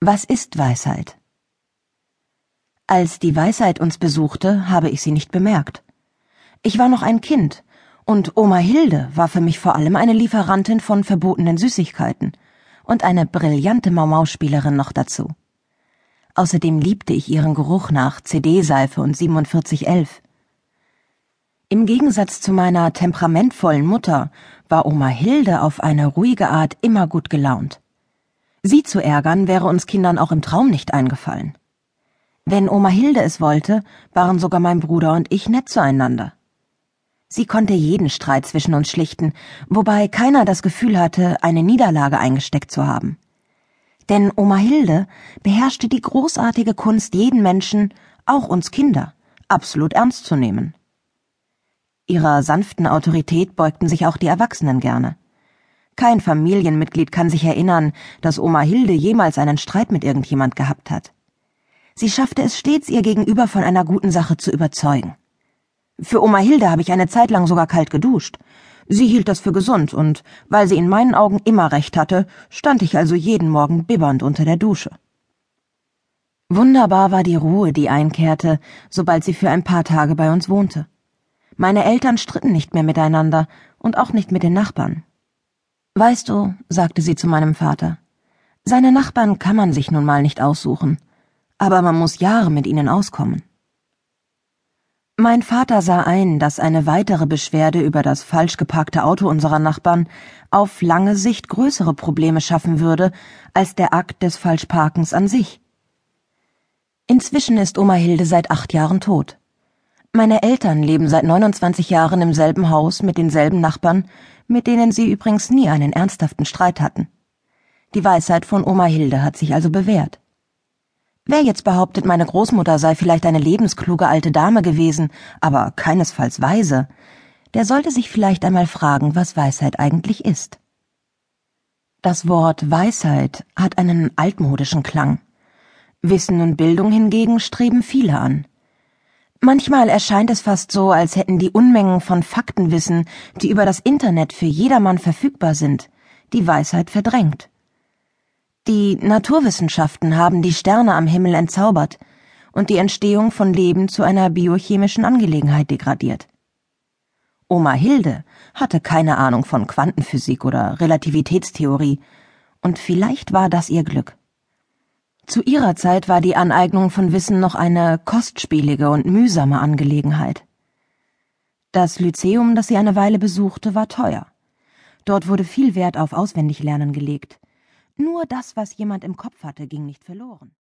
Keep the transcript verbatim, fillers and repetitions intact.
Was ist Weisheit? Als die Weisheit uns besuchte, habe ich sie nicht bemerkt. Ich war noch ein Kind, und Oma Hilde war für mich vor allem eine Lieferantin von verbotenen Süßigkeiten und eine brillante Mau-Mau-Spielerin noch dazu. Außerdem liebte ich ihren Geruch nach C D-Seife und siebenundvierzig elf. Im Gegensatz zu meiner temperamentvollen Mutter war Oma Hilde auf eine ruhige Art immer gut gelaunt. Sie zu ärgern wäre uns Kindern auch im Traum nicht eingefallen. Wenn Oma Hilde es wollte, waren sogar mein Bruder und ich nett zueinander. Sie konnte jeden Streit zwischen uns schlichten, wobei keiner das Gefühl hatte, eine Niederlage eingesteckt zu haben. Denn Oma Hilde beherrschte die großartige Kunst, jeden Menschen, auch uns Kinder, absolut ernst zu nehmen. Ihrer sanften Autorität beugten sich auch die Erwachsenen gerne. Kein Familienmitglied kann sich erinnern, dass Oma Hilde jemals einen Streit mit irgendjemand gehabt hat. Sie schaffte es stets, ihr Gegenüber von einer guten Sache zu überzeugen. Für Oma Hilde habe ich eine Zeit lang sogar kalt geduscht. Sie hielt das für gesund, und weil sie in meinen Augen immer recht hatte, stand ich also jeden Morgen bibbernd unter der Dusche. Wunderbar war die Ruhe, die einkehrte, sobald sie für ein paar Tage bei uns wohnte. Meine Eltern stritten nicht mehr miteinander und auch nicht mit den Nachbarn. »Weißt du«, sagte sie zu meinem Vater, »seine Nachbarn kann man sich nun mal nicht aussuchen, aber man muss Jahre mit ihnen auskommen.« Mein Vater sah ein, dass eine weitere Beschwerde über das falsch geparkte Auto unserer Nachbarn auf lange Sicht größere Probleme schaffen würde als der Akt des Falschparkens an sich. Inzwischen ist Oma Hilde seit acht Jahren tot. Meine Eltern leben seit neunundzwanzig Jahren im selben Haus mit denselben Nachbarn, mit denen sie übrigens nie einen ernsthaften Streit hatten. Die Weisheit von Oma Hilde hat sich also bewährt. Wer jetzt behauptet, meine Großmutter sei vielleicht eine lebenskluge alte Dame gewesen, aber keinesfalls weise, der sollte sich vielleicht einmal fragen, was Weisheit eigentlich ist. Das Wort Weisheit hat einen altmodischen Klang. Wissen und Bildung hingegen streben viele an. Manchmal erscheint es fast so, als hätten die Unmengen von Faktenwissen, die über das Internet für jedermann verfügbar sind, die Weisheit verdrängt. Die Naturwissenschaften haben die Sterne am Himmel entzaubert und die Entstehung von Leben zu einer biochemischen Angelegenheit degradiert. Oma Hilde hatte keine Ahnung von Quantenphysik oder Relativitätstheorie, und vielleicht war das ihr Glück. Zu ihrer Zeit war die Aneignung von Wissen noch eine kostspielige und mühsame Angelegenheit. Das Lyzeum, das sie eine Weile besuchte, war teuer. Dort wurde viel Wert auf Auswendiglernen gelegt. Nur das, was jemand im Kopf hatte, ging nicht verloren.